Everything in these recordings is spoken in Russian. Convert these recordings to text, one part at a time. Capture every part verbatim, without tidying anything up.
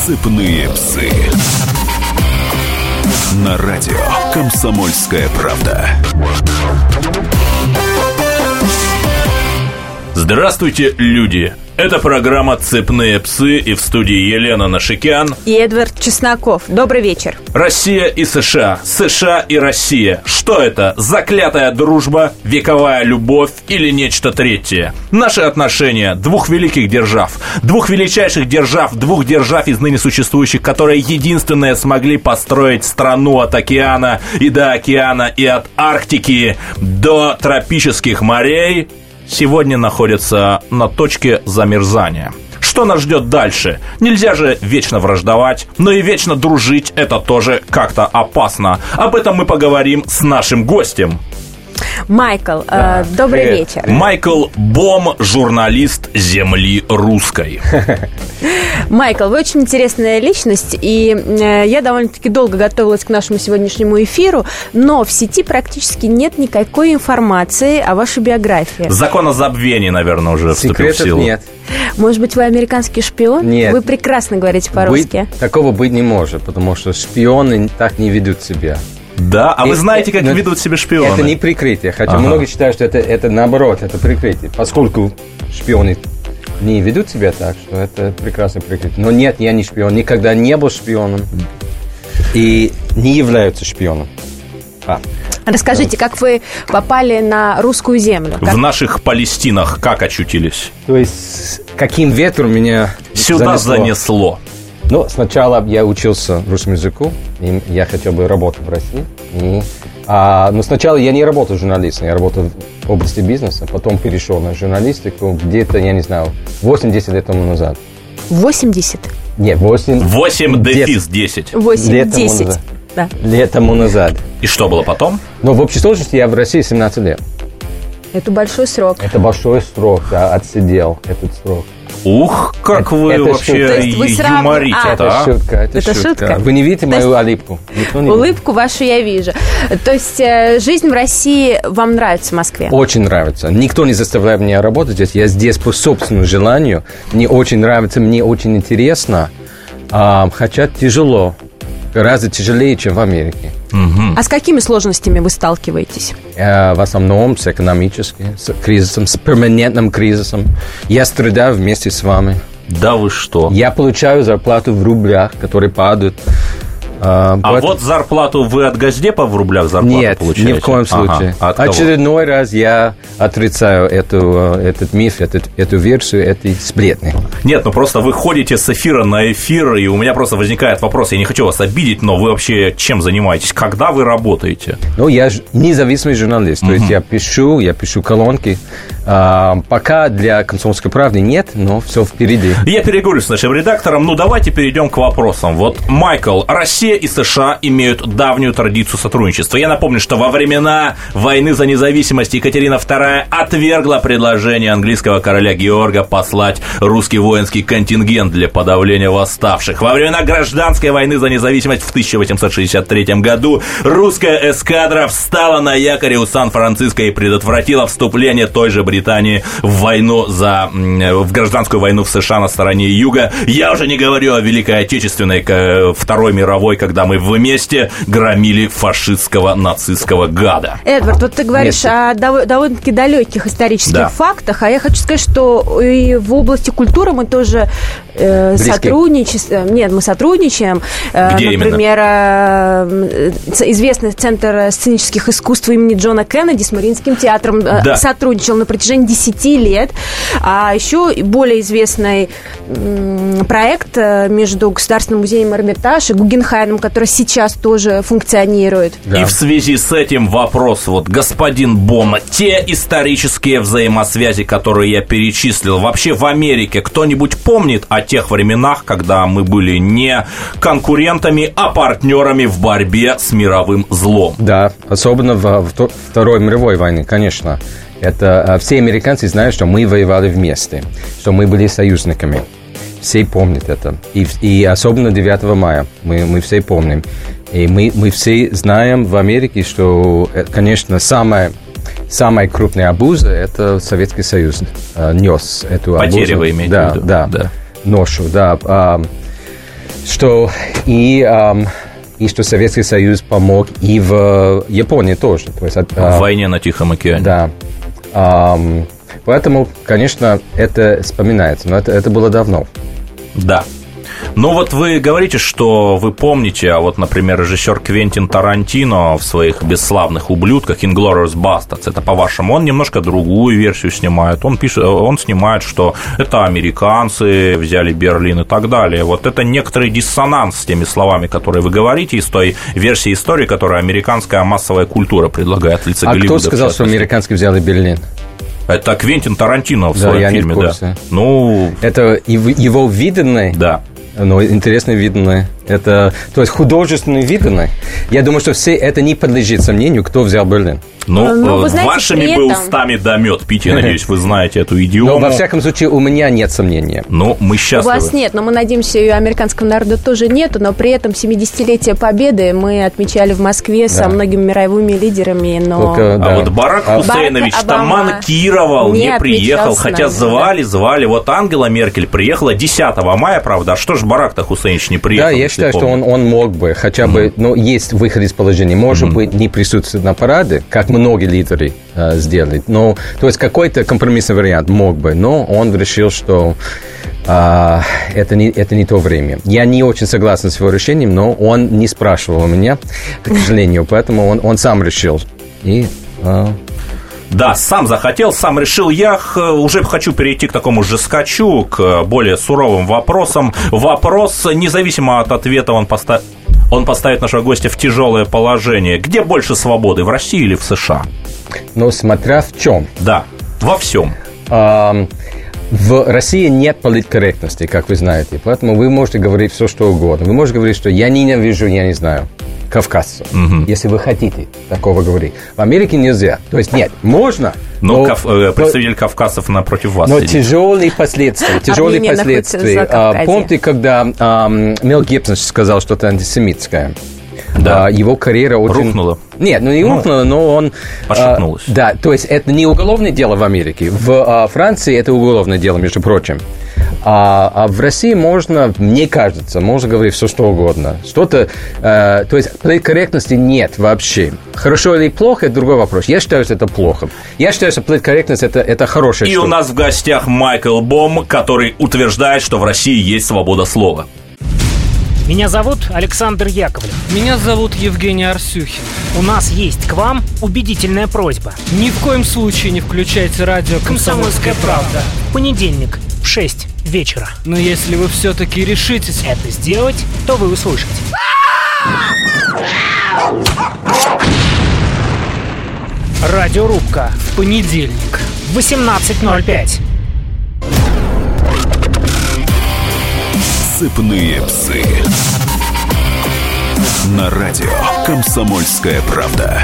«Цепные псы». На радио «Комсомольская правда». Здравствуйте, люди! Это программа «Цепные псы», и в студии Елена Нашикян и Эдвард Чесноков. Добрый вечер. Россия и США, США и Россия. Что это? Заклятая дружба, вековая любовь или нечто третье? Наши отношения двух великих держав, двух величайших держав, двух держав из ныне существующих, которые единственные смогли построить страну от океана и до океана, и от Арктики до тропических морей, сегодня находится на точке замерзания. Что нас ждет дальше? Нельзя же вечно враждовать, но и вечно дружить — это тоже как-то опасно. Об этом мы поговорим с нашим гостем. Майкл, да. э, добрый Привет. вечер. Майкл Бом, журналист «Земли русской». Майкл, вы очень интересная личность, и э, я довольно-таки долго готовилась к нашему сегодняшнему эфиру, но в сети практически нет никакой информации о вашей биографии. Закон о забвении, наверное, уже вступил в силу. Нет. Может быть, вы американский шпион? Нет. Вы прекрасно говорите по-русски. Быть, такого быть не может, потому что шпионы так не ведут себя. Да, а и, вы знаете, как но ведут себя шпионы? Это не прикрытие, хотя ага. многие считают, что это, это наоборот, это прикрытие. Поскольку шпионы не ведут себя так, что это прекрасное прикрытие. Но нет, я не шпион, никогда не был шпионом и не являются шпионом. А. Расскажите, как вы попали на русскую землю? Как... В наших Палестинах как очутились? То есть, каким ветром меня Сюда занесло? занесло. Ну, сначала я учился русскому языку, и я хотел бы работать в России. И, а, но сначала я не работал журналистом, я работал в области бизнеса, потом перешел на журналистику где-то, я не знаю, восемьдесят лет тому назад. восемьдесят? Нет, восемь. восемь дефис десять. восемь десять. Да. Лет тому назад. И что было потом? Но в общей сложности я в России семнадцать лет. Это большой срок. Это большой срок, да, отсидел этот срок. Ух, как это, вы это вообще вы сразу... юморите, а, это, это шутка, это, это шутка. шутка. Вы не видите То мою есть... улыбку? Не Улыбку вашу я вижу. То есть жизнь в России вам нравится в Москве? Очень нравится. Никто не заставляет меня работать здесь. Я здесь по собственному желанию. Мне очень нравится, мне очень интересно. А, хотя тяжело. Гораздо тяжелее, чем в Америке. Угу. А с какими сложностями вы сталкиваетесь? В основном с экономическим, с кризисом, с перманентным кризисом. Я страдаю вместе с вами. Да вы что? Я получаю зарплату в рублях, которые падают. А, а вот зарплату вы от Госдепа в рублях зарплату Нет, получаете? Нет, ни в коем случае. Ага. Очередной раз я отрицаю эту, этот миф, эту, эту версию, этой сплетни. Нет, ну просто вы ходите с эфира на эфир, и у меня просто возникает вопрос, я не хочу вас обидеть, но вы вообще чем занимаетесь? Когда вы работаете? Ну, я независимый журналист, угу. то есть я пишу, я пишу колонки. А, пока для «Комсомольской правды» нет, но все впереди. Я переговорю с нашим редактором, ну давайте перейдем к вопросам. Вот, Майкл, Россия и США имеют давнюю традицию сотрудничества. Я напомню, что во времена войны за независимость Екатерина вторая отвергла предложение английского короля Георга послать русский воинский контингент для подавления восставших. Во времена гражданской войны за независимость в тысяча восемьсот шестьдесят третьем году русская эскадра встала на якоре у Сан-Франциско и предотвратила вступление той же Британии в войну за... в гражданскую войну в США на стороне Юга. Я уже не говорю о Великой Отечественной, Второй мировой, когда мы вместе громили фашистского нацистского гада. Эдвард, вот ты говоришь Вместе. о дов- довольно-таки далеких исторических да. фактах, а я хочу сказать, что и в области культуры мы тоже э, сотрудничаем. Нет, мы сотрудничаем. Где Например, э, известный Центр сценических искусств имени Джона Кеннеди с Мариинским театром да. сотрудничал на протяжении десяти лет. А еще более известный м, проект между Государственным музеем Эрмитаж и Гугенхаймом, который сейчас тоже функционирует. Да. И в связи с этим вопрос, вот, господин Бом, те исторические взаимосвязи, которые я перечислил, вообще в Америке кто-нибудь помнит о тех временах, когда мы были не конкурентами, а партнерами в борьбе с мировым злом? Да, особенно во Второй мировой войне, конечно. Это все американцы знают, что мы воевали вместе, что мы были союзниками. Все помнят это. И, и особенно девятого мая. Мы, мы все помним. И мы, мы все знаем в Америке, что, конечно, самая, самая крупная обуза – это Советский Союз нес эту обузу. Потери вы имеете да, в виду? Да, да. Ношу, да. А, что и, эм, и что Советский Союз помог и в Японии тоже. То есть, от, в войне на Тихом океане. Да. Эм, поэтому, конечно, это вспоминается, но это, это было давно. Да. Ну вот вы говорите, что вы помните, а вот, например, режиссер Квентин Тарантино в своих бесславных ублюдках Inglourious Basterds, это по-вашему, он немножко другую версию снимает. Он пишет, он снимает, что это американцы взяли Берлин и так далее. Вот это некоторый диссонанс с теми словами, которые вы говорите, из той версии истории, которую американская массовая культура предлагает в лице а Голливуда. А кто сказал, что американцы взяли Берлин? Это Квентин Тарантино в да, своем я фильме, не в курсе. Да. Ну, это его виданное? Да. Ну, интересно виданное. Это, то есть художественно виданное. Я думаю, что все это не подлежит сомнению, кто взял Берлин. Ну, ну вы знаете, вашими бы этом... устами да мед пить, я надеюсь, вы знаете эту идиому. Но, во всяком случае, у меня нет сомнения. Ну, мы счастливы. У вас нет, но мы надеемся, и у американского народа тоже нету, но при этом семидесятилетие Победы мы отмечали в Москве да. со многими мировыми лидерами, но... Только, да. А вот Барак Хусейнович Барак там манкировал, не, не приехал, хотя нами, звали, да. звали. Вот Ангела Меркель приехала десятого мая, правда, а что ж Барак-то Хусейнович не приехал? Да, я считаю, помню. что он, он мог бы, хотя mm-hmm. бы, ну, есть выход из положения, может mm-hmm. быть, не присутствовать на параде, как многие лидеры э, сделали. Ну, то есть какой-то компромиссный вариант мог бы, но он решил, что э, это, не, это не то время. Я не очень согласен с его решением, но он не спрашивал у меня, к сожалению, поэтому он, он сам решил. И... Э, Да, сам захотел, сам решил. Я уже хочу перейти к такому жескачу, к более суровым вопросам. Вопрос, независимо от ответа, он, поста... он поставит нашего гостя в тяжелое положение. Где больше свободы, в России или в США? Ну, смотря в чем. Да, во всем. А, в России нет политкорректности, как вы знаете. Поэтому вы можете говорить все, что угодно. Вы можете говорить, что я ненавижу, я не знаю, кавказцев, угу. если вы хотите такого говорить. В Америке нельзя. То есть нет, можно. Но, но кав, представитель но, кавказцев напротив вас Но сидит. тяжелые последствия. Тяжелые последствия. А, помните, когда а, Мел Гибсон сказал что-то антисемитское? Да. А, его карьера очень... Рухнула. Нет, ну не ну, рухнула, но он... Пошатнулась. А, да, то есть это не уголовное дело в Америке. В а, Франции это уголовное дело, между прочим. А, а в России можно, мне кажется, можно говорить все, что угодно. Что-то... Э, то есть политкорректности нет вообще. Хорошо или плохо, это другой вопрос. Я считаю, что это плохо. Я считаю, что политкорректность это, это хорошая И штука. у нас в гостях Майкл Бом, который утверждает, что в России есть свобода слова. Меня зовут Александр Яковлев. Меня зовут Евгений Арсюхин. У нас есть к вам убедительная просьба. Ни в коем случае не включайте радио «Комсомольская правда». В понедельник в шесть вечера. Но если вы все-таки решитесь это сделать, то вы услышите. Радиорубка. В понедельник. В восемнадцать ноль пять. Сыпные псы. На радио «Комсомольская правда».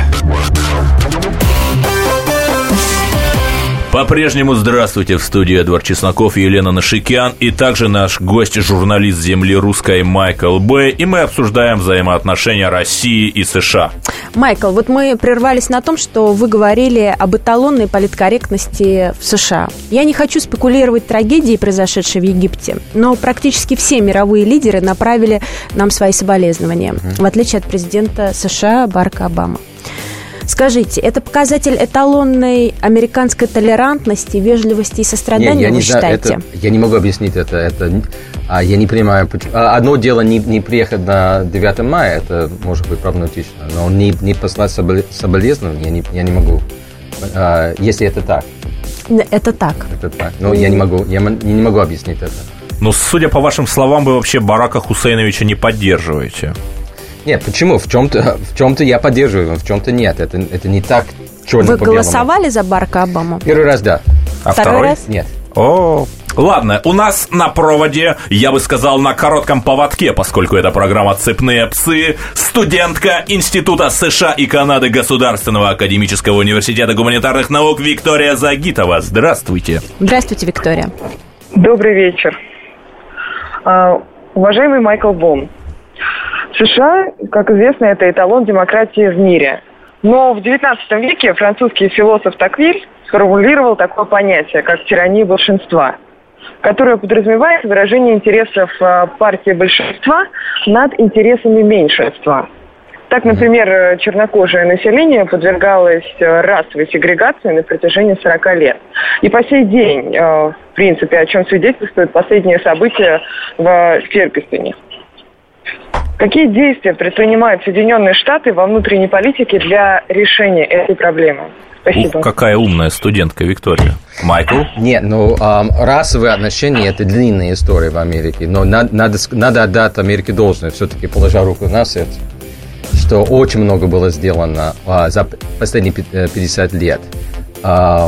По-прежнему здравствуйте, в студии Эдвард Чесноков и Елена Нашикян, и также наш гость, журналист «Земли русской» Майкл Б. И мы обсуждаем взаимоотношения России и США. Майкл, вот мы прервались на том, что вы говорили об эталонной политкорректности в США. Я не хочу спекулировать трагедией, произошедшей в Египте, но практически все мировые лидеры направили нам свои соболезнования, в отличие от президента США Барака Обамы. Скажите, это показатель эталонной американской толерантности, вежливости и сострадания, не, я вы не считаете? Знаю, это, я не могу объяснить это. это а, я не понимаю. Одно дело не, не приехать на девятое мая, это может быть проблематично, но не, не послать соболезнования я не, я не могу. А, если это так. Это так. Это так. Но я не могу, я не могу объяснить это. Ну, судя по вашим словам, вы вообще Барака Хусейновича не поддерживаете. Нет, почему? В чем-то, в чем-то я поддерживаю, в чем-то нет. Это, это не так черно Вы по белому. голосовали за Барака Обаму? Первый раз, да. А второй, второй раз? Нет. О, ладно, у нас на проводе, я бы сказал, на коротком поводке, поскольку это программа «Цепные псы», студентка Института США и Канады Государственного академического университета гуманитарных наук Виктория Загитова. Здравствуйте. Здравствуйте, Виктория. Добрый вечер. Uh, уважаемый Майкл Бом, США, как известно, это эталон демократии в мире. Но в девятнадцатом веке французский философ Таквиль сформулировал такое понятие, как тирания большинства. которая подразумевает выражение интересов партии большинства над интересами меньшинства. Так, например, чернокожее население подвергалось расовой сегрегации на протяжении сорока лет. И по сей день, в принципе, о чем свидетельствуют последние события в Фергюсоне. Какие действия предпринимают Соединенные Штаты во внутренней политике для решения этой проблемы? Спасибо. Ух, какая умная студентка Виктория. Майкл? Нет, ну, эм, расовые отношения – это длинная история в Америке, но надо, надо, надо отдать Америке должное, все-таки положа руку на сердце, что очень много было сделано а, за последние пятьдесят лет, а,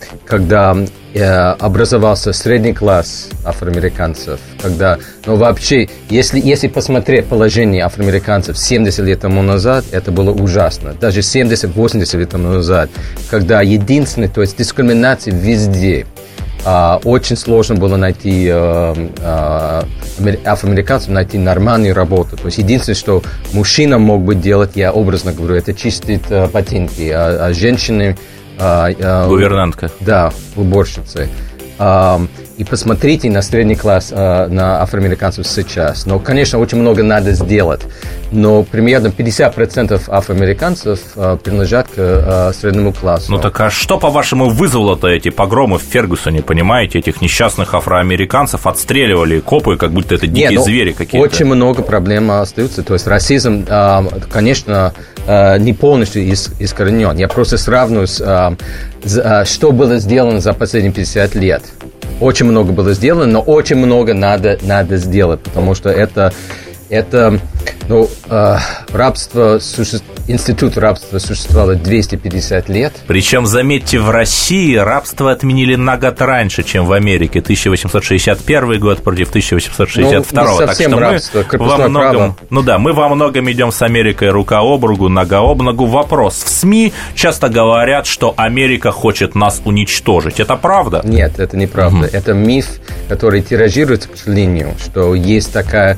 когда а, образовался средний класс афроамериканцев, когда, ну, вообще, если, если посмотреть положение афроамериканцев семьдесят лет тому назад, это было ужасно, даже семьдесят-восемьдесят лет тому назад, когда единственное, то есть дискриминация везде. Uh, очень сложно было найти uh, uh, афроамериканцам найти нормальную работу. То есть единственное, что мужчина мог бы делать, я образно говорю, это чистить uh, ботинки, а, а женщины... Uh, uh, Гувернантка. Да, уборщицы. Uh, и посмотрите на средний класс, uh, на афроамериканцев сейчас. Но, конечно, очень много надо сделать. Но примерно пятьдесят процентов афроамериканцев uh, принадлежат к uh, среднему классу. Ну так а что, по-вашему, вызвало-то эти погромы в Фергюсоне, понимаете? Этих несчастных афроамериканцев отстреливали копы, как будто это дикие Нет, звери какие-то. Очень много проблем остаются. То есть расизм, uh, конечно, uh, не полностью искоренен. Я просто сравниваю с, uh, uh, что было сделано за последние пятьдесят лет. Очень много было сделано, но очень много надо, надо сделать, потому что это, это ну, э, рабство, суще... институт рабства существовал двести пятьдесят лет. Причем, заметьте, в России рабство отменили на год раньше, чем в Америке. тысяча восемьсот шестьдесят первый год против тысяча восемьсот шестьдесят второго. Ну, не совсем так что рабство, мы во многом, право. ну да, мы во многом идем с Америкой рука об руку, нога об ногу. Вопрос. В СМИ часто говорят, что Америка хочет нас уничтожить. Это правда? Нет, это неправда. Mm-hmm. Это миф, который тиражирует, к сожалению, что есть такая,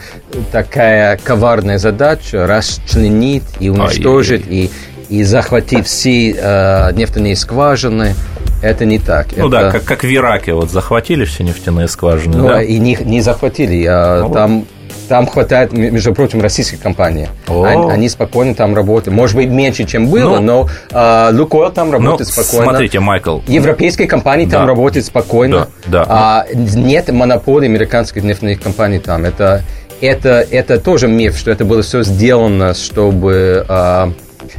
такая коварная задача расчленить и уничтожить, и, и захватить все э, нефтяные скважины. Это не так. Ну это... да, как, как в Ираке вот захватили все нефтяные скважины. Ну, да? и не, не захватили. А, ну, там, там хватает, между прочим, российских компаний. Они, они спокойно там работают. Может быть, меньше, чем было, ну, но а, Лукойл там работает ну, спокойно. Смотрите, Майкл. Европейские компании да. там работают спокойно. Да, да. А, нет монополии американских нефтяных компаний там. Это, это, это тоже миф, что это было все сделано, чтобы... А,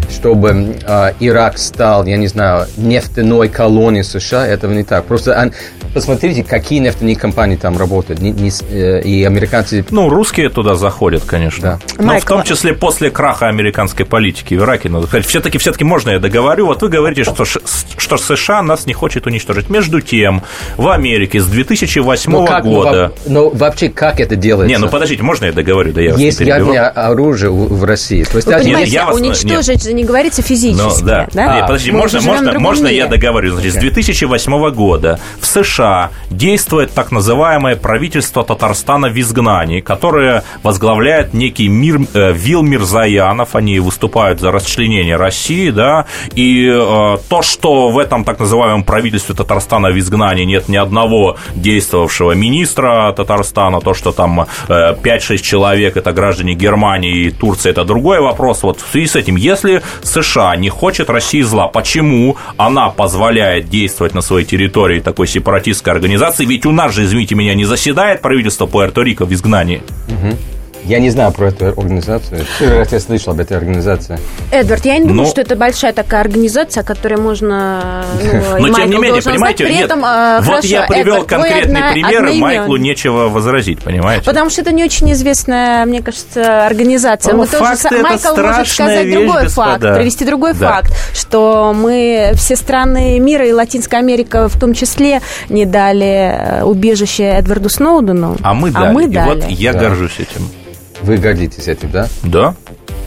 чтобы э, Ирак стал, я не знаю, нефтяной колонией США, этого не так. Просто он, посмотрите, какие нефтяные компании там работают, не, не, э, и американцы... Ну, русские туда заходят, конечно. Да. Но Майкл... в том числе после краха американской политики в Ираке, надо сказать, все-таки, все-таки можно я договорю, вот вы говорите, что, что США нас не хочет уничтожить. Между тем, в Америке с две тысячи восьмого ну, года... Ну, вообще, как это делается? Не, ну, подождите, можно я договорю? Да, я Есть ядерное оружие в, в России. То есть, вы один... понимаете, я вас... уничтожить же не говорится физически. Ну, да. Да? Нет, подожди, можно, можно, можно я договорю? Значит, с две тысячи восьмого года в США действует так называемое правительство Татарстана в изгнании, которое возглавляет некий Мир, э, Вил Мирзаянов. Они выступают за расчленение России, да, и э, то, что в этом так называемом правительстве Татарстана в изгнании нет ни одного действовавшего министра Татарстана, то, что там э, пять-шесть человек это граждане Германии и Турции, это другой вопрос. Вот в связи с этим, если США не хочет России зла, почему она позволяет действовать на своей территории такой сепаратистской организации? Ведь у нас же, извините меня, не заседает правительство Пуэрто-Рико в изгнании. Угу. Я не знаю про эту организацию. Первый раз я слышал об этой организации. Эдвард, я не думаю, ну, что это большая такая организация, которой можно... Ну, но, тем не менее, понимаете, знать, нет, этом, вот хорошо, я привел Эдвард, конкретный одна, пример, и Майклу имен. нечего возразить, понимаете? Потому что это не очень известная, мне кажется, организация. Ну, мы тоже, Майкл может сказать вещь, другой господа. факт, привести другой да. факт, что мы, все страны мира, и Латинская Америка в том числе, не дали убежище Эдварду Сноудену. А мы дали. А мы и дали. вот я да. горжусь этим. Вы гордитесь этим, да? Да.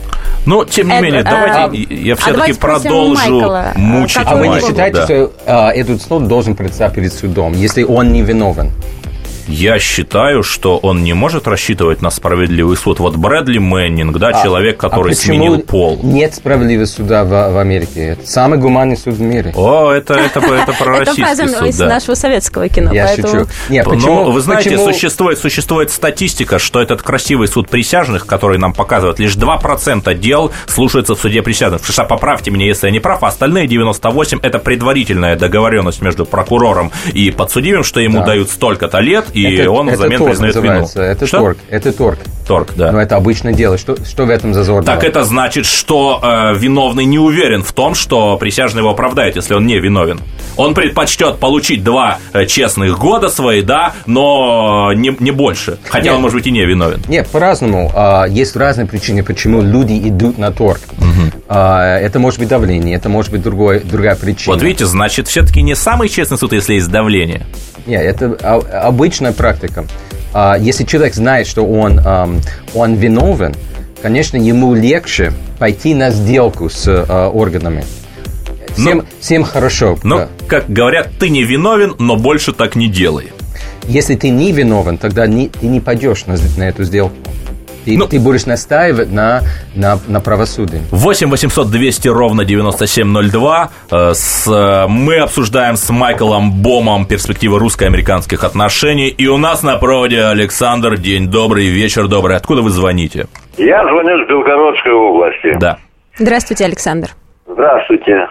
Но, тем не Эд, менее, а, давайте а, я все-таки а продолжу Майкла, мучить А вы не Майкла, считаете, да. что а, Эдвард Сноуден должен предстать перед судом, если он не виновен? Я считаю, что он не может рассчитывать на справедливый суд. Вот Брэдли Мэннинг, да, а, человек, который а сменил пол. Нет справедливого суда в, в Америке. Это самый гуманный суд в мире. О, это, это, это про российский суд. Это фраза из нашего советского кино. Я шучу. Нет, почему, Но вы знаете, почему... существует, существует статистика, что этот красивый суд присяжных, который нам показывает, лишь два процента дел слушаются в суде присяжных. В США, поправьте меня, если я не прав, а остальные девяносто восемь процентов это предварительная договоренность между прокурором и подсудимым, что ему да. дают столько-то лет, и это, он взамен признает вину. Это что? торг. Это торг. Торг, да. Но это обычное дело. Что, что в этом зазорного? Так это значит, что э, виновный не уверен в том, что присяжный его оправдает, если он не виновен. Он предпочтет получить два э, честных года свои, да, но не, не больше. Хотя Нет. он, может быть, и не виновен. Нет, по-разному. А, есть разные причины, почему люди идут на торг. Угу. А, это может быть давление, это может быть другой, другая причина. Вот видите, значит, все-таки не самый честный суд, если есть давление. Нет, это обычная практика. Если человек знает, что он, он виновен, конечно, ему легче пойти на сделку с органами. Всем, но, всем хорошо. Но, да. как говорят, ты не виновен, но больше так не делай. Если ты не виновен, тогда не, ты не пойдешь на, на эту сделку. Ты, ну, ты будешь настаивать на, на, на правосудии. восемь восемьсот двести ровно девяносто семь ноль два. С, мы обсуждаем с Майклом Бомом перспективы русско-американских отношений. И у нас на проводе Александр. День добрый, вечер добрый. Откуда вы звоните? Я звоню с Белгородской области. Да. Здравствуйте, Александр. Здравствуйте.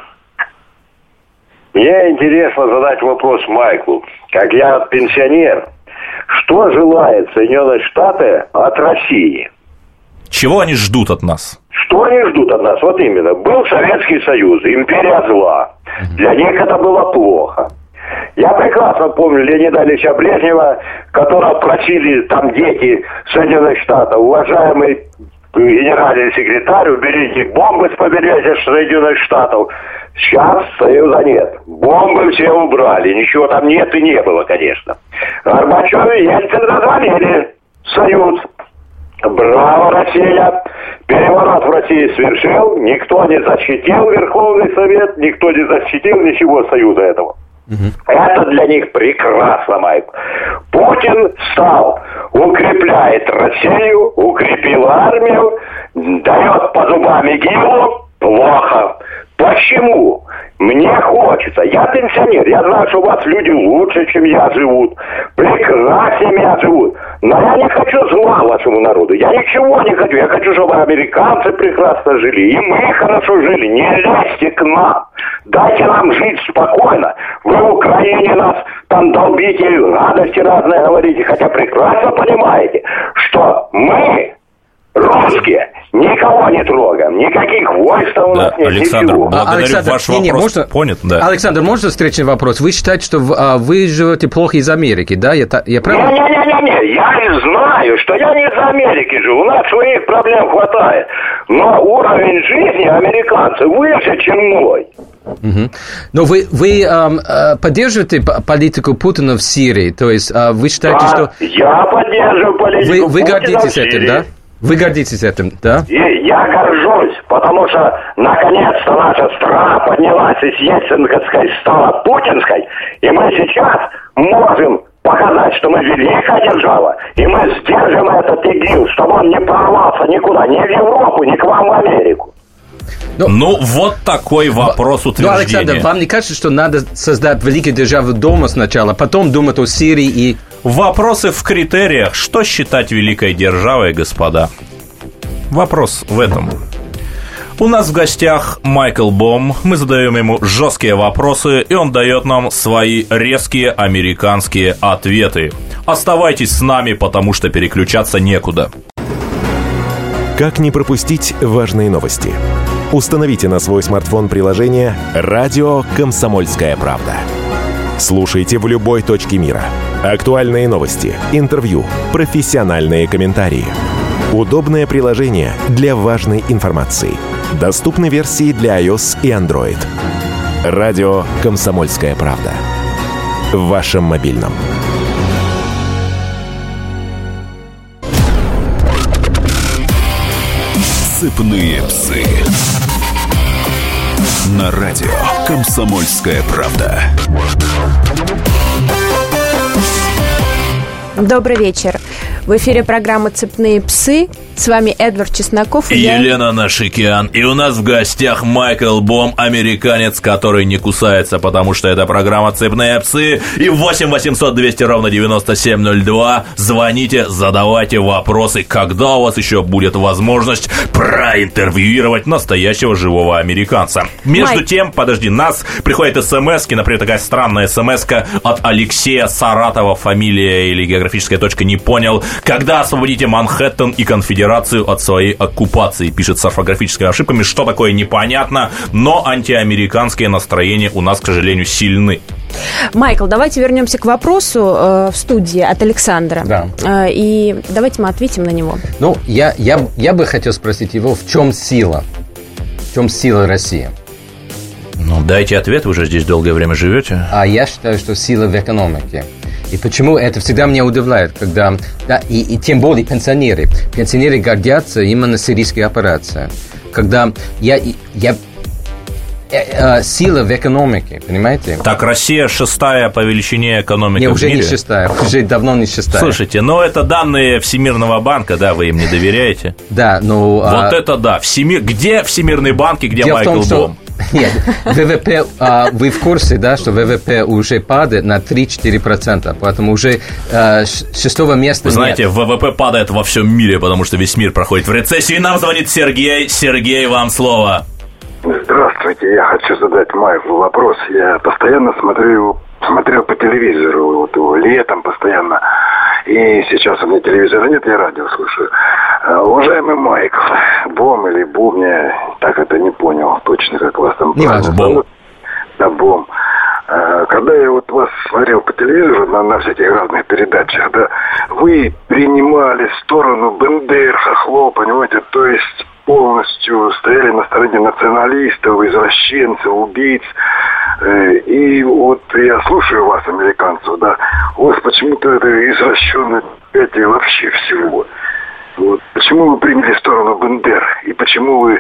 Мне интересно задать вопрос Майклу. Как я пенсионер, что желают Соединенные Штаты от России? Чего они ждут от нас? Что они ждут от нас? Вот именно. Был Советский Союз, империя зла. Для них это было плохо. Я прекрасно помню Леонида Ильича Брежнева, которого просили там дети Соединенных Штатов: уважаемый генеральный секретарь, уберите бомбы с побережья Соединенных Штатов. Сейчас Союза нет. Бомбы все убрали. Ничего там нет и не было, конечно. Горбачев и Ельцин развалили Союз. Браво, Россия! Переворот в России свершил. Никто не защитил Верховный Совет, никто не защитил ничего Союза этого. Угу. Это для них прекрасно, Майк. Путин стал, укрепляет Россию, укрепил армию, дает по зубам ИГИЛу. Плохо. Почему? Мне хочется. Я пенсионер. Я знаю, что у вас люди лучше, чем я, живут. Прекраснее меня живут. Но я не хочу зла вашему народу. Я ничего не хочу. Я хочу, чтобы американцы прекрасно жили. И мы хорошо жили. Не лезьте к нам. Дайте нам жить спокойно. Вы в Украине нас там долбите, гадости разные говорите. Хотя прекрасно понимаете, что мы, русские, никого не трогаем, никаких войск у нас да, нет, Александр, ничего. благодарю, Александр, ваш не, не, вопрос можно, понят, да. Александр, можно встречный вопрос? Вы считаете, что а, вы живете плохо из Америки, да? Я, я прав? Не-не-не, я знаю, что я не из Америки живу, у нас своих проблем хватает, но уровень жизни американцев выше, чем мой. Угу. Но вы, вы эм, э, поддерживаете политику Путина в Сирии? То есть э, вы считаете, а, что... Я поддерживаю политику вы, вы Путина гордитесь этим, да? Вы гордитесь этим, да? И я горжусь, потому что наконец-то наша страна поднялась из ельцинской, стала путинской, и мы сейчас можем показать, что мы великая держава, и мы сдержим этот ИГИЛ, чтобы он не прорвался никуда, ни в Европу, ни к вам в Америку. Ну, ну, вот такой вопрос утверждения. Ну, Александр, вам не кажется, что надо создать великую державу дома сначала, потом думать о Сирии и... Вопросы в критериях. Что считать великой державой, господа? Вопрос в этом. У нас в гостях Майкл Бом. Мы задаем ему жесткие вопросы, и он дает нам свои резкие американские ответы. Оставайтесь с нами, потому что переключаться некуда. Как не пропустить важные новости? Установите на свой смартфон приложение «Радио Комсомольская правда». Слушайте в любой точке мира. Актуальные новости, интервью, профессиональные комментарии. Удобное приложение для важной информации. Доступны версии для iOS и Android. «Радио Комсомольская правда». В вашем мобильном. Цепные псы. На радио «Комсомольская правда». Добрый вечер. В эфире программа «Цепные псы». С вами Эдвард Чесноков и я... Елена Нашикян. И у нас в гостях Майкл Бом, американец, который не кусается, потому что это программа «Цепные псы». И восемь восемьсот двести ровно девяносто семь ноль два. Звоните, задавайте вопросы, когда у вас еще будет возможность проинтервьюировать настоящего живого американца. Между Майк... тем, подожди, нас приходят смс-ки, например, такая странная смс-ка от Алексея Саратова, фамилия или географическая точка, не понял. Когда освободите Манхэттен и Конфедерацию от своей оккупации, пишет с орфографическими ошибками, что такое непонятно, но антиамериканские настроения у нас, к сожалению, сильны. Майкл, давайте вернемся к вопросу э, в студии от Александра. Да. Э, и давайте мы ответим на него. Ну, я, я, я бы хотел спросить его, в чем сила? В чем сила России? Ну, дайте ответ, вы же здесь долгое время живете. А я считаю, что сила в экономике. И почему это всегда меня удивляет, когда, да, и, и тем более пенсионеры. Пенсионеры гордятся именно сирийской операцией. Когда я, я э, э, сила в экономике, понимаете? Так, Россия шестая по величине экономики не, в уже мире? Не шестая, уже давно не шестая. Слушайте, но это данные Всемирного банка, да, вы им не доверяете? Да, ну... Вот а... это да, Всемир... где Всемирный банк и где Дело Майкл в том, что... Бом? Нет, ВВП, а, вы в курсе, да, что ВВП уже падает на три-четыре процента, поэтому уже а, шестого места Вы знаете, нет. ВВП падает во всем мире, потому что весь мир проходит в рецессию. И нам звонит Сергей. Сергей, вам слово. Здравствуйте, я хочу задать Майклу вопрос. Я постоянно смотрю, смотрел по телевизору, вот его летом постоянно. И сейчас у меня телевизора нет, я радио слушаю. Уважаемый Майкл, Бом или Бум, я так это не понял точно, как вас там... Не важно, Бом. Да, Бом. Когда я вот вас смотрел по телевизору на, на всяких разных передачах, да, вы принимали сторону Бендер, Хохлов, понимаете, то есть полностью стояли на стороне националистов, извращенцев, убийц. И вот я слушаю вас, американцев, да, у вас почему-то это извращенное понятие вообще всего. Вот. Почему вы приняли сторону Бендер? И почему вы,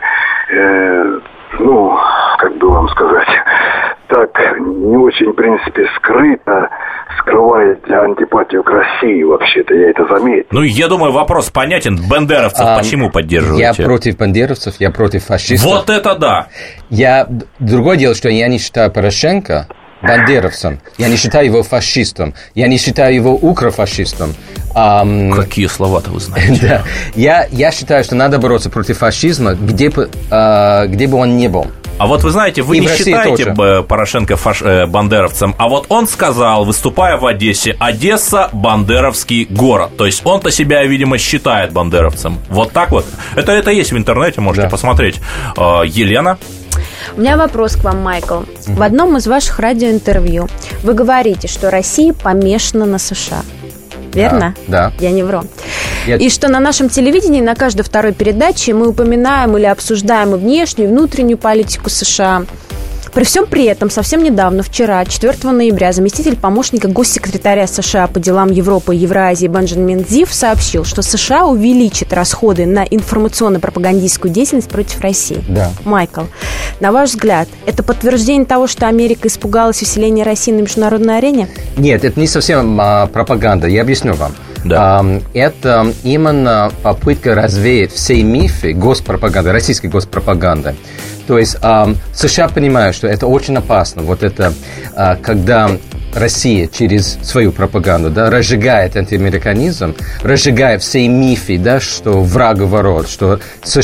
э, ну, как бы вам сказать, так не очень, в принципе, скрыто скрываете антипатию к России, вообще-то, я это заметил. Ну, я думаю, вопрос понятен. Бендеровцев а, почему поддерживаете? Я против бендеровцев, я против фашистов. Вот это да! Я... Другое дело, что я не считаю Порошенко бандеровцем, я не считаю его фашистом, я не считаю его укрофашистом. Um, Какие слова-то вы знаете? Да. Я, я считаю, что надо бороться против фашизма, где бы, uh, где бы он ни был. А вот вы знаете, вы и не считаете тоже. Порошенко фаш... бандеровцем, а вот он сказал, выступая в Одессе, Одесса – бандеровский город. То есть он-то себя, видимо, считает бандеровцем. Вот так вот. Это, это есть в интернете, можете да. посмотреть. Елена? У меня вопрос к вам, Майкл. В одном из ваших радиоинтервью вы говорите, что Россия помешана на США. Верно? Да. Я не вру. Я... И что на нашем телевидении на каждой второй передаче мы упоминаем или обсуждаем и внешнюю, и внутреннюю политику США. При всем при этом, совсем недавно, вчера, четвёртого ноября, заместитель помощника госсекретаря США по делам Европы и Евразии Бенджамин Зив сообщил, что США увеличит расходы на информационно-пропагандистскую деятельность против России. Да. Майкл, на ваш взгляд, это подтверждение того, что Америка испугалась усиления России на международной арене? Нет, это не совсем а, пропаганда. Я объясню вам. Да. А, это именно попытка развеять все мифы госпропаганды, российской госпропаганды. То есть э, США понимают, что это очень опасно. Вот это, э, когда Россия через свою пропаганду, да, разжигает антиамериканизм, разжигает все мифы, да, что враг ворот, что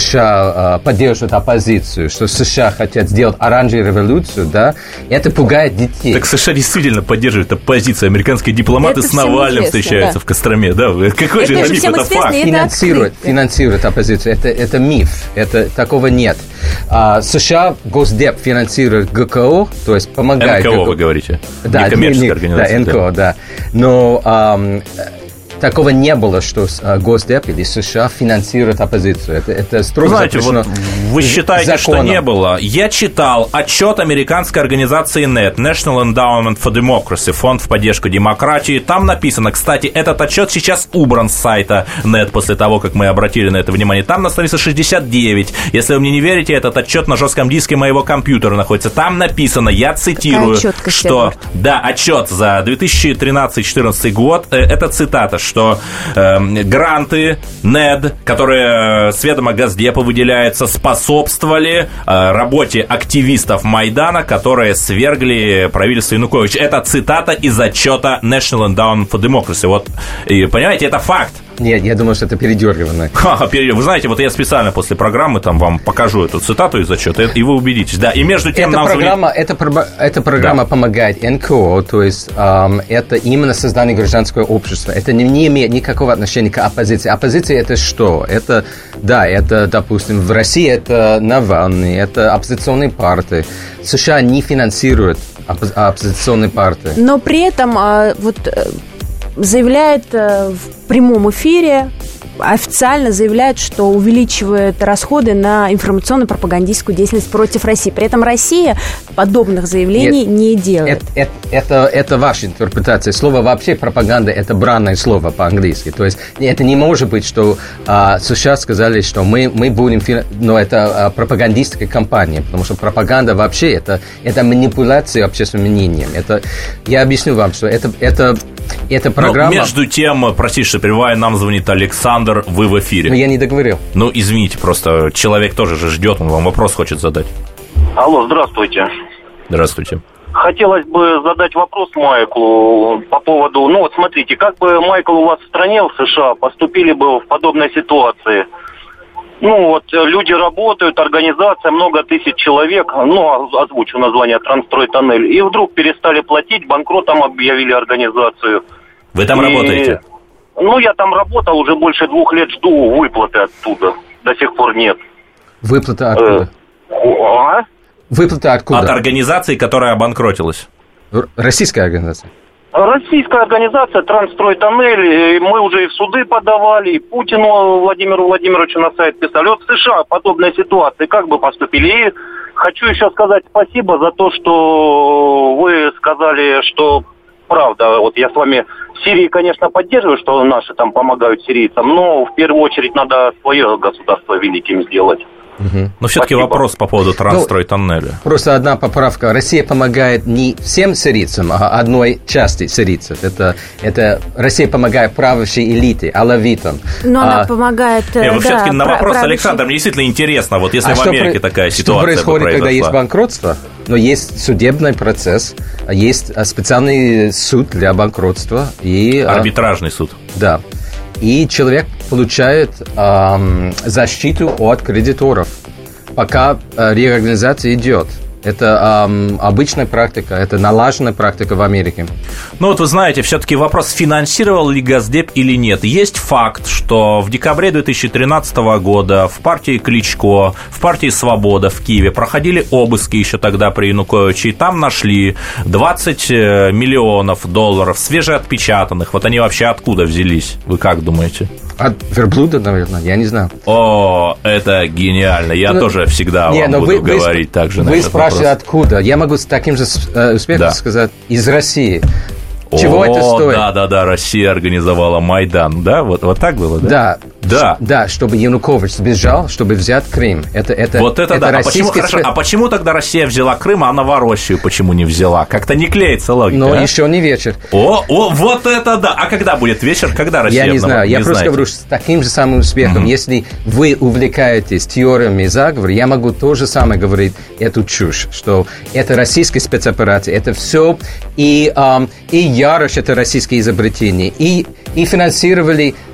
США э, поддерживают оппозицию, что США хотят сделать оранжевую революцию, да, это пугает детей. Так США действительно поддерживают оппозицию. Американские дипломаты это с Навальным встречаются да. в Костроме. Да? Какой это же это миф, это факт. Финансирует, финансирует оппозицию. Это, это миф. Это, такого нет. А, США, Госдеп финансирует ГКО, то есть помогает... эн ка о ГКО. Вы говорите? Да, некоммерческая не, организация. Да, эн ка о, да. да. Но... Ам, такого не было, что Госдеп или США финансируют оппозицию. Это, это строго Знаете, запрещено. Вот вы считаете, законом. Что не было? Я читал отчет американской организации нет, National Endowment for Democracy, фонд в поддержку демократии. Там написано, кстати, этот отчет сейчас убран с сайта нет после того, как мы обратили на это внимание. Там на странице шестьдесят девять. Если вы мне не верите, этот отчет на жестком диске моего компьютера находится. Там написано, я цитирую, что... Да, отчет за две тысячи тринадцатый-четырнадцатый год. Это цитата, что э, гранты нет, которые с ведома Госдепа выделяются, способствовали э, работе активистов Майдана, которые свергли правительство Януковича. Это цитата из отчета National Endowment for Democracy. Вот, и, понимаете, это факт. Нет, я думаю, что это передергивано. Ха-ха, передергивано. Вы знаете, вот я специально после программы там вам покажу эту цитату из отчета, и вы убедитесь. Да, и между тем эта нам... Программа, звонит... эта, про... эта программа да. помогает эн ка о, то есть эм, это именно создание гражданского общества. Это не, не имеет никакого отношения к оппозиции. Оппозиция это что? Это, да, это, допустим, в России это Навальный, это оппозиционные партии. США не финансируют оппози... оппозиционные партии. Но при этом вот... заявляет в прямом эфире, официально заявляет, что увеличивает расходы на информационно-пропагандистскую деятельность против России. При этом Россия подобных заявлений Нет, не делает. Это, это, это ваша интерпретация. Слово вообще пропаганда – это бранное слово по-английски. То есть это не может быть, что а, США сказали, что мы, мы будем... Но это а, пропагандистская кампания, потому что пропаганда вообще это, это манипуляция общественным мнением. Это, я объясню вам, что это... это Эта программа... Но между тем, простите, что перебиваю, нам звонит Александр, вы в эфире. Но я не договорил. Ну, извините, просто человек тоже же ждет, он вам вопрос хочет задать. Алло, здравствуйте. Здравствуйте. Хотелось бы задать вопрос Майклу по поводу... Ну, вот смотрите, как бы Майкл у вас в стране, в США, поступили бы в подобной ситуации? Ну, вот люди работают, организация, много тысяч человек, ну, озвучу название «Трансстрой Тоннель», и вдруг перестали платить, банкротом объявили организацию. Вы там и, работаете? Ну, я там работал, уже больше двух лет жду выплаты оттуда, до сих пор нет. Выплата откуда? Э, а? Выплата откуда? От организации, которая обанкротилась. Российская организация? Российская организация «Трансстрой Тоннель», мы уже и в суды подавали, и Путину Владимиру Владимировичу на сайт писали. Вот в США подобная ситуация, как бы поступили? И хочу еще сказать спасибо за то, что вы сказали, что правда, вот я с вами в Сирии, конечно, поддерживаю, что наши там помогают сирийцам, но в первую очередь надо свое государство великим сделать. Угу. Но все-таки вопрос по поводу Трансстрой Тоннеля. Ну, просто одна поправка. Россия помогает не всем сирийцам, а одной части сирийцев. Это, это Россия помогает правящей элите, алавитам. Но а, она помогает... Не, да, все-таки на вопрос, правящей... Александр, мне действительно интересно, вот если а в Америке про... такая что ситуация происходит, бы произошла? Когда есть банкротство? Но есть судебный процесс, есть специальный суд для банкротства. И, арбитражный суд. Да. И человек получает эм, защиту от кредиторов, пока э, реорганизация идет. Это эм, обычная практика, это налаженная практика в Америке. Ну вот вы знаете, все-таки вопрос, финансировал ли Госдеп или нет. Есть факт, что в декабре две тысячи тринадцатого года в партии Кличко, в партии Свобода в Киеве проходили обыски еще тогда при Януковиче, и там нашли двадцать миллионов долларов свежеотпечатанных. Вот они вообще откуда взялись? Вы как думаете? От верблюда, наверное, я не знаю. О, это гениально. Я ну, тоже всегда не, вам буду вы, говорить вы, так же. Вы спрашиваете, откуда? Я могу с таким же успехом да. сказать, из России. Чего О, это стоит? Да-да-да, Россия организовала Майдан, да? Вот, вот так было, да? Да. Да. Да, чтобы Янукович сбежал, чтобы взять Крым. Это, это, вот это, это да. А почему, свет... хорошо, а почему тогда Россия взяла Крым, а Новороссию почему не взяла? Как-то не клеится логика. Но а? еще не вечер. О, о, вот это да. А когда будет вечер? Когда Россия? Я не знаю. Не я просто знаете? говорю, с таким же самым успехом. Mm-hmm. Если вы увлекаетесь теориями заговора, я могу то же самое говорить, эту чушь, что это российская спецоперация, это все, и, эм, и Ярош, это российское изобретение, и, и финансировали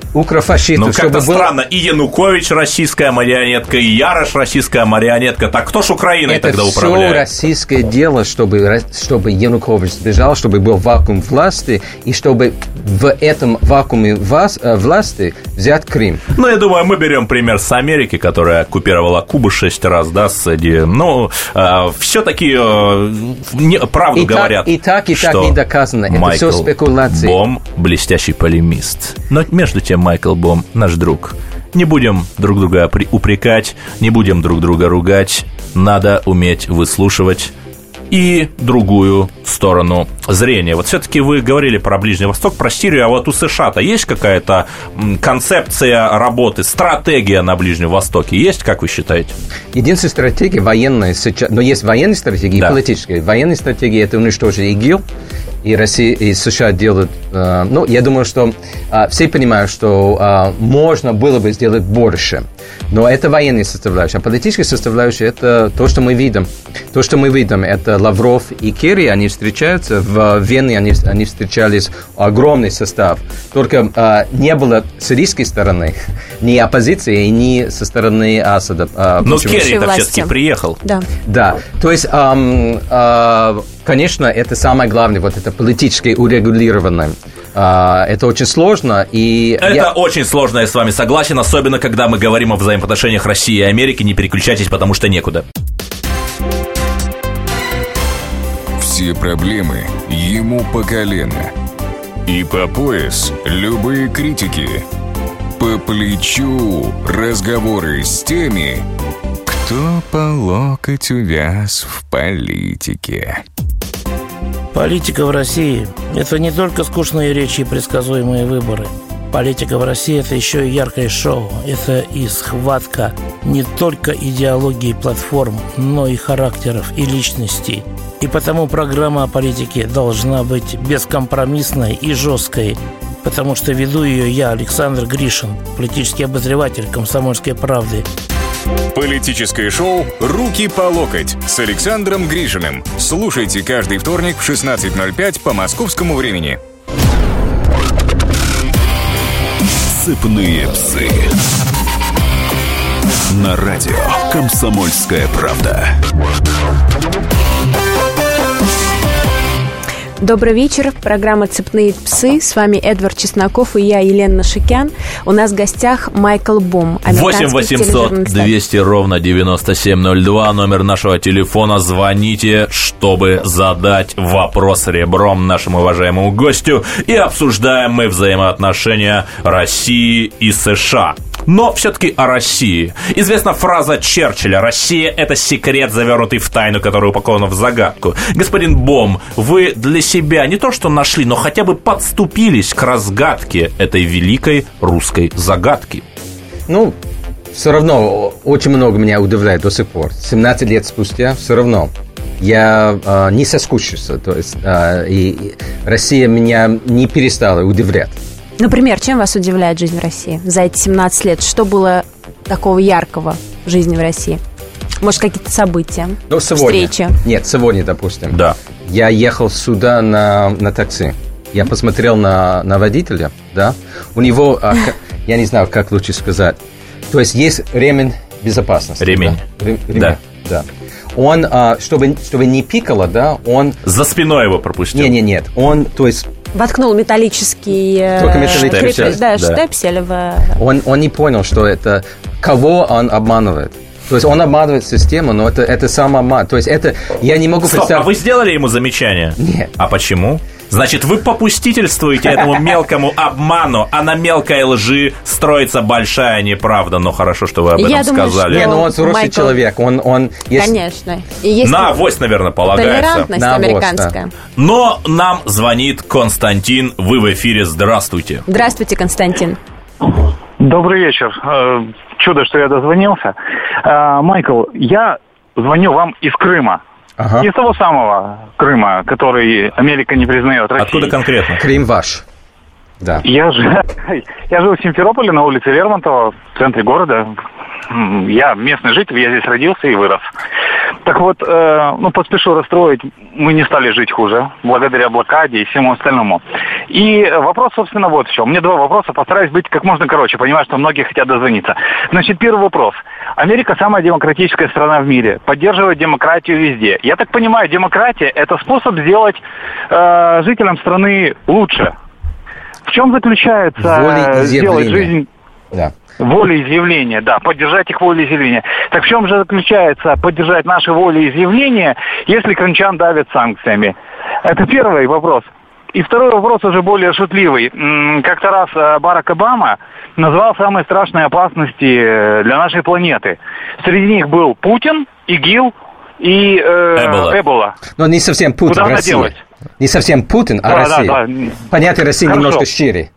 укрофашистов. Ну, как-то было... странно. И Янукович российская марионетка, и Ярош российская марионетка. Так кто ж Украиной это тогда управляет? Это все российское дело, чтобы, чтобы Янукович сбежал, чтобы был вакуум власти, и чтобы в этом вакууме вас, власти взять Крым. Ну, я думаю, мы берем пример с Америки, которая оккупировала Кубу шесть раз, да, с Эдди. Ну, э, все-таки э, не, правду и говорят. Так, и так, и так не доказано. Это Майкл все спекуляции. Бом – блестящий полемист. Но между тем, Майкл Бом – наш друг. Не будем друг друга упрекать, не будем друг друга ругать. Надо уметь выслушивать и другую сторону зрения. Вот все-таки вы говорили про Ближний Восток, про Сирию, а вот у США-то есть какая-то концепция работы, стратегия на Ближнем Востоке? Есть, как вы считаете? Единственная стратегия военная сейчас, но есть военные стратегии да. и политические. Военные стратегии – это уничтожить ИГИЛ, и Россия, и США делают... Э, ну, я думаю, что э, все понимают, что э, можно было бы сделать больше. Но это военная составляющая. А политическая составляющая – это то, что мы видим. То, что мы видим, это Лавров и Керри, они встречаются. В Вене они, они встречались, огромный состав. Только э, не было с сирийской стороны ни оппозиции, ни со стороны Асада. Э, Но Керри-то все-таки приехал. Да. Да. То есть... Э, э, конечно, это самое главное, вот это политически урегулированное. Это очень сложно. И это я... очень сложно, я с вами согласен, особенно когда мы говорим о взаимоотношениях России и Америки. Не переключайтесь, потому что некуда. Все проблемы ему по колено. И по пояс любые критики. По плечу разговоры с теми, кто по локоть увяз в политике. Политика в России – это не только скучные речи и предсказуемые выборы. Политика в России – это еще и яркое шоу. Это и схватка не только идеологии платформ, но и характеров и личностей. И потому программа о политике должна быть бескомпромиссной и жесткой, потому что веду ее я, Александр Гришин, политический обозреватель «Комсомольской правды». Политическое шоу «Руки по локоть» с Александром Гришиным. Слушайте каждый вторник в шестнадцать ноль пять по московскому времени. Сыпные псы. На радио «Комсомольская правда». Добрый вечер. Программа «Цепные псы». С вами Эдвард Чесноков и я, Елена Шикян. У нас в гостях Майкл Бом. восемь восемьсот двести ровно девяносто семь ноль два. Номер нашего телефона. Звоните, чтобы задать вопрос ребром нашему уважаемому гостю. И обсуждаем мы взаимоотношения России и США. Но все-таки о России. Известна фраза Черчилля: «Россия – это секрет, завернутый в тайну, который упакован в загадку». Господин Бом, вы для себя не то что нашли, но хотя бы подступились к разгадке этой великой русской загадки? Ну, все равно очень много меня удивляет до сих пор. семнадцать лет спустя все равно я э, не соскучился. То есть э, и, и Россия меня не перестала удивлять. Например, чем вас удивляет жизнь в России за эти семнадцать лет? Что было такого яркого в жизни в России? Может, какие-то события, ну, сегодня. Встречи? Нет, сегодня, допустим. Да. Я ехал сюда на, на такси. Я посмотрел на, на водителя, да. У него, я не знаю, как лучше сказать. То есть есть ремень безопасности. Ремень. Да? Ремень, да. да. Он, чтобы, чтобы не пикало, да, он... За спиной его пропустил. Нет, нет, нет. Он, то есть... Воткнул металлический... Только металлический. Штепсель, да, да. штепсель в... Он, он не понял, что это... Кого он обманывает. То есть он обманывает систему, но это, это сам обман. То есть это... Я не могу Стоп, представить... а вы сделали ему замечание? Нет. А почему? Значит, вы попустительствуете этому мелкому обману, а на мелкой лжи строится большая неправда. Ну, хорошо, что вы об этом Я думаю, сказали. Не, ну он взрослый Майкл... человек. Он, он, есть... Конечно. И есть на авось, наверное, полагается. Толерантность на авось, американская. да. Но нам звонит Константин. Вы в эфире. Здравствуйте. Здравствуйте, Константин. Добрый вечер. Чудо, что я дозвонился. Майкл, я звоню вам из Крыма. Ага. Из того самого Крыма, который Америка не признает Россию. Откуда конкретно? Крым ваш. Да. Я, ж... я живу в Симферополе, на улице Лермонтова, в центре города. Я местный житель, я здесь родился и вырос. Так вот, э, ну, поспешу расстроить, мы не стали жить хуже, благодаря блокаде и всему остальному. И вопрос, собственно, вот в чем. У меня два вопроса, постараюсь быть как можно короче, понимаю, что многие хотят дозвониться. Значит, первый вопрос. Америка самая демократическая страна в мире, поддерживает демократию везде. Я так понимаю, демократия – это способ сделать э, жителям страны лучше. В чем заключается сделать жизнь... Да. Волеизъявление, да, поддержать их волеизъявление. Так в чем же заключается поддержать наши волеизъявления, если крымчан давят санкциями? Это первый вопрос. И второй вопрос уже более шутливый. Как-то раз Барак Обама назвал самые страшные опасности для нашей планеты. Среди них был Путин, ИГИЛ и э, Эбола. Эбола. Но не совсем Путин, Куда Россия. делать? Не совсем Путин, а да, Россия. Да, да. Понятие России Хорошо. немножко шире.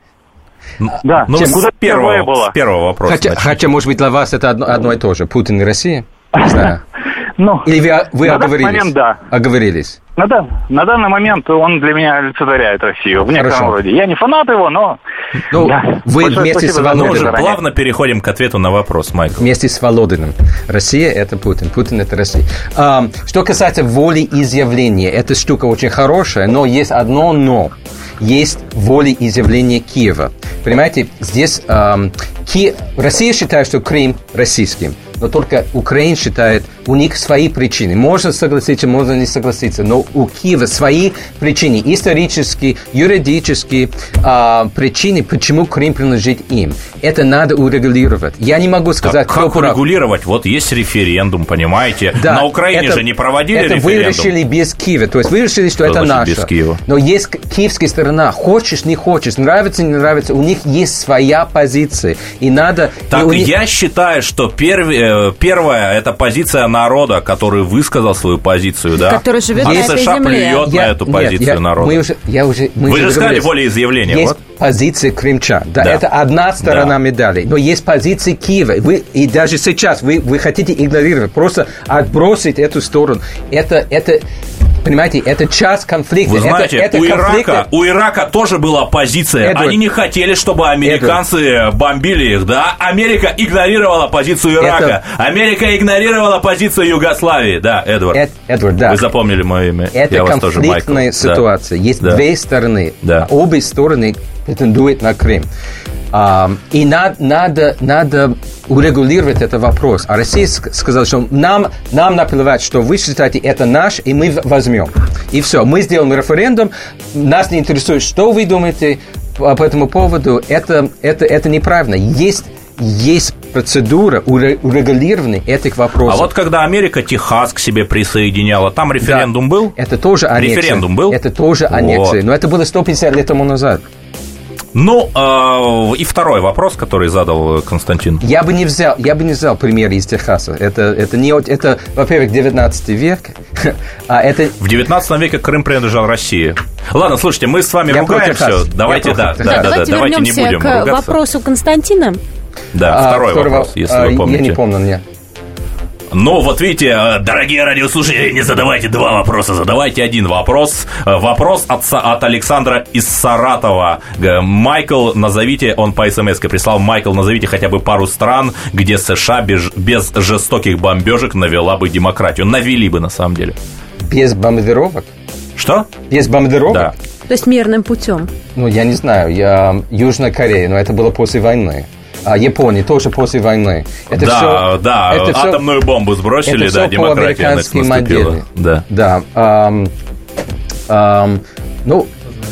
Да, ну, с первого, с первого вопроса. Хотя, хотя, может быть, для вас это одно, одно и то же. Путин и Россия? Не знаю. Ну, Или вы, вы на оговорились? данный момент, да. Оговорились. На, дан, на данный момент он для меня олицетворяет Россию. В некотором Хорошо. роде. Я не фанат его, но... Ну, да. вы Большое вместе с спасибо за Володиным. Мы плавно переходим к ответу на вопрос, Майкл. Вместе с Володиным. Россия – это Путин. Путин – это Россия. А, что касается волеизъявления, эта штука очень хорошая, но есть одно «но». Есть волеизъявление Киева. Понимаете, здесь эм, Ки... Россия считает, что Крым российским, но только Украина считает, у них свои причины. Можно согласиться, можно не согласиться, но у Киева свои причины, исторические, юридические э, причины, почему Крым принадлежит им. Это надо урегулировать. Я не могу сказать, как, как урегулировать? Вот есть референдум, понимаете? Да, на Украине это, же не проводили это референдум. Это вы решили без Киева. То есть вы решили, что, что это наше. Без Киева? Но есть киевская сторона. Хочешь, не хочешь, нравится, не нравится. У них есть своя позиция. И надо... Так, и них... я считаю, что перв... первая – это позиция народа, который высказал свою позицию, да? Который живет а на этой США земле. плюет я... на эту Нет, позицию я... народа. Мы уже... Я уже... Мы вы уже же сказали волеизъявление. Есть вот. позиция крымчан. Да, да. Это одна сторона да. медали. Но есть позиция Киева. Вы... И даже сейчас вы, вы хотите игнорировать, просто отбросить эту сторону. Это... это... Понимаете, это часть конфликта. Вы знаете, это, это у, конфликты... Ирака, у Ирака тоже была позиция. Эдвард. Они не хотели, чтобы американцы Эдвард. бомбили их, да? Америка игнорировала позицию Ирака. Это... Америка игнорировала позицию Югославии. Да, Эдвард. Эд... Эдвард, да. Вы запомнили мое имя. Это Я конфликтная вас тоже, ситуация. Да. Есть да. две стороны. Да. Обе стороны претендуют на Крым. Um, и на, надо, надо урегулировать этот вопрос. А Россия сказала, что нам, нам наплевать, что вы считаете, это наш, и мы возьмем. И все. Мы сделаем референдум. Нас не интересует, что вы думаете по, по этому поводу. Это, это, это неправильно. Есть... Есть процедура урегулирования этих вопросов. А вот когда Америка Техас к себе присоединяла, там референдум да, был? Это тоже аннексия. Референдум был? Это тоже аннексия. Вот. Но это было сто пятьдесят лет тому назад. Ну, э, и второй вопрос, который задал Константин. Я бы не взял, я бы не взял пример из Техаса. Это, это, не, это во-первых, девятнадцатый век. А это... В девятнадцатом веке Крым принадлежал России. Ладно, слушайте, мы с вами я ругаемся. Давайте, да, да, да, давайте да, давайте не будем к ругаться. Вопросу Константина. Да, а, второй, второй вопрос, если а, вы помните. Я не помню, нет. Ну, вот видите, дорогие радиослушатели, не задавайте два вопроса, задавайте один вопрос. Вопрос от, от Александра из Саратова. Майкл, назовите, он по смс-ке прислал, Майкл, назовите хотя бы пару стран, где США без, без жестоких бомбежек навела бы демократию. Навели бы, на самом деле. Без бомбардировок? Что? Без бомбардировок? Да. То есть мирным путем? Ну, я не знаю, я Южная Корея, но это было после войны. А Япония тоже после войны. Это да, все, да, это атомную все, бомбу сбросили, это да, все демократия наступила. Модели. Да. Да. Um, um, ну,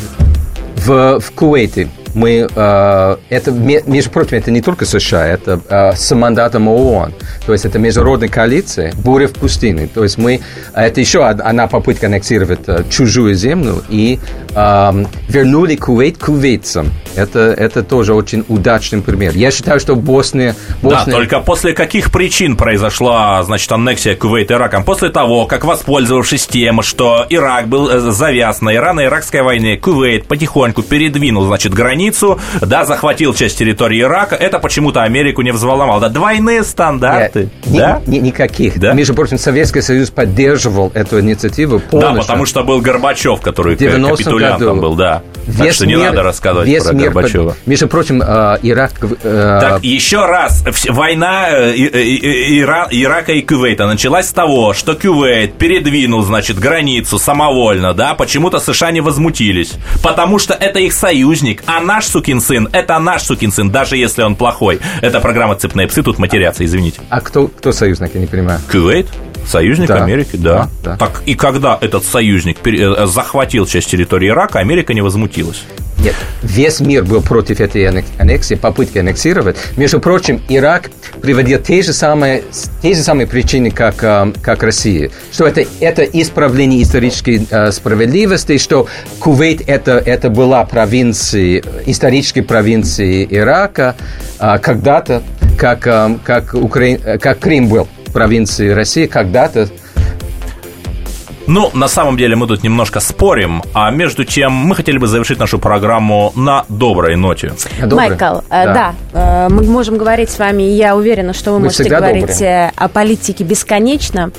в, в Кувейте мы, uh, это, между прочим, это не только США, это uh, с мандатом ООН. То есть это международная коалиция «Буря в пустыне». То есть мы, это еще одна попытка аннексировать uh, чужую землю и um, вернули Кувейт кувейтцам. Это, это тоже очень удачный пример. Я считаю, что Босния... Босния... Да, только после каких причин произошла, значит, аннексия Кувейта Ираком? После того, как, воспользовавшись тем, что Ирак был завяз на Ирано-Иракской войне, Кувейт потихоньку передвинул, значит, границу границу, да, захватил часть территории Ирака. Это почему-то Америку не взволновало. Да, двойные стандарты. Нет, да? ни, ни, никаких. Да? Между прочим, Советский Союз поддерживал эту инициативу полностью. Да, потому что был Горбачев, который капитулянтом году. был, да. Весь так что мир, не надо рассказывать весь про мир Горбачева. Под... Между прочим, э, Ирак... Э... Так, еще раз. Война э, э, э, Ира, Ирака и Кувейта началась с того, что Кувейт передвинул, значит, границу самовольно, да, почему-то США не возмутились. Потому что это их союзник, а наш сукин сын, это наш сукин сын, даже если он плохой. Это программа «Цепные псы», тут матерятся, извините. А кто, кто союзник, я не понимаю? Кувейт. Союзник да. Америки, да. А, да. Так и когда этот союзник захватил часть территории Ирака, Америка не возмутилась. Нет, весь мир был против этой аннексии, попытки аннексировать. Между прочим, Ирак приводил те же самые, те же самые причины, как, как Россия. Что это, это исправление исторической э, справедливости, что Кувейт это, это была провинцией, исторической провинцией Ирака, э, когда-то, как, э, как, Укра... как Крым был провинции России когда-то. Ну, на самом деле мы тут немножко спорим, а между тем мы хотели бы завершить нашу программу на доброй ноте. Добрый. Майкл, да. да, мы можем говорить с вами, и я уверена, что вы мы можете говорить добрые. О политике бесконечно.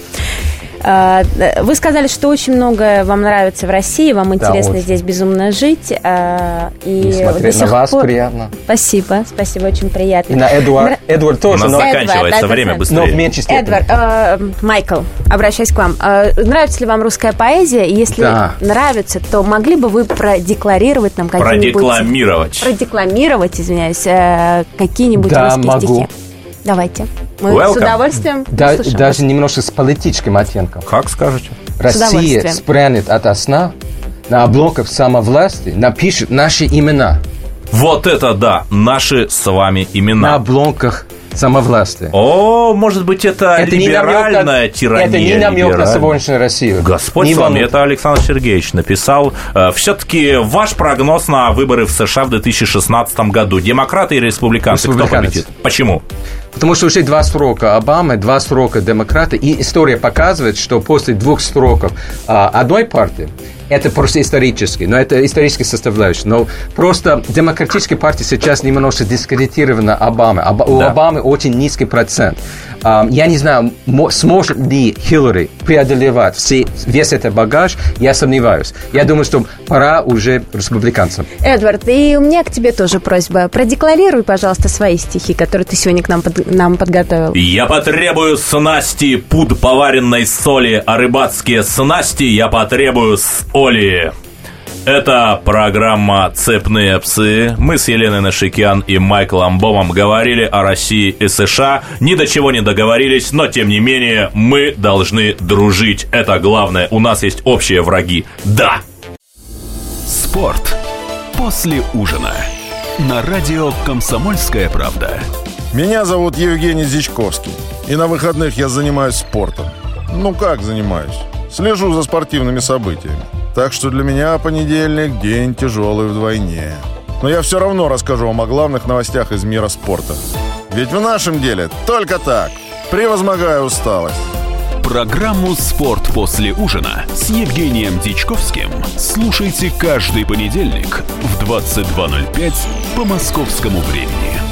Вы сказали, что очень многое вам нравится в России, вам интересно да, здесь безумно жить. И, и смотреть на вас пор... приятно. Спасибо, спасибо, очень приятно. И на Эдуард, Нра... Эдуард тоже. У нас но... заканчивается Эдвард, время быстрее. Но в меньшей степени. Эдвард, э, Майкл, обращаюсь к вам. Э, нравится ли вам русская поэзия? Если да. нравится, то могли бы вы продекларировать нам какие-нибудь... Продекламировать. Продекламировать, извиняюсь, э, какие-нибудь да, русские могу. стихи? Давайте. Мы Welcome. с удовольствием да, даже немножко с политическим оттенком. Как скажете? Россия спрянет ото сна, на обломках самовластия напишет наши имена. Вот это да, наши с вами имена. На обломках самовластия. О, может быть, это, это либеральная не тирания. Это не намек на сегодняшнюю Россию. Господь не с вами, это Александр Сергеевич написал. Все-таки ваш прогноз на выборы в США в две тысячи шестнадцатом году. Демократы или республиканцы? Кто победит? Почему? Потому что уже два срока Обамы, два срока демократа. И история показывает, что после двух сроков а, одной партии, это просто исторически, но это историческая составляющая. Но просто демократическая партия сейчас немножко дискредитирована Обамой. Оба, да. У Обамы очень низкий процент. А, я не знаю, сможет ли Хиллари преодолевать все, весь этот багаж, я сомневаюсь. Я думаю, что пора уже республиканцам. Эдвард, и у меня к тебе тоже просьба. Продекларируй, пожалуйста, свои стихи, которые ты сегодня к нам, под, нам подготовил. Я потребую снасти пуд поваренной соли, а рыбацкие снасти я потребую с Оли. Это программа «Цепные псы». Мы с Еленой Нашикян и Майклом Бомом говорили о России и США. Ни до чего не договорились, но тем не менее мы должны дружить. Это главное. У нас есть общие враги. Да! Спорт после ужина. На радио «Комсомольская правда». Меня зовут Евгений Зичковский. И на выходных я занимаюсь спортом. Ну как занимаюсь? Слежу за спортивными событиями. Так что для меня понедельник – день тяжелый вдвойне. Но я все равно расскажу вам о главных новостях из мира спорта. Ведь в нашем деле только так, превозмогая усталость. Программу «Спорт после ужина» с Евгением Дичковским слушайте каждый понедельник в двадцать два ноль пять по московскому времени.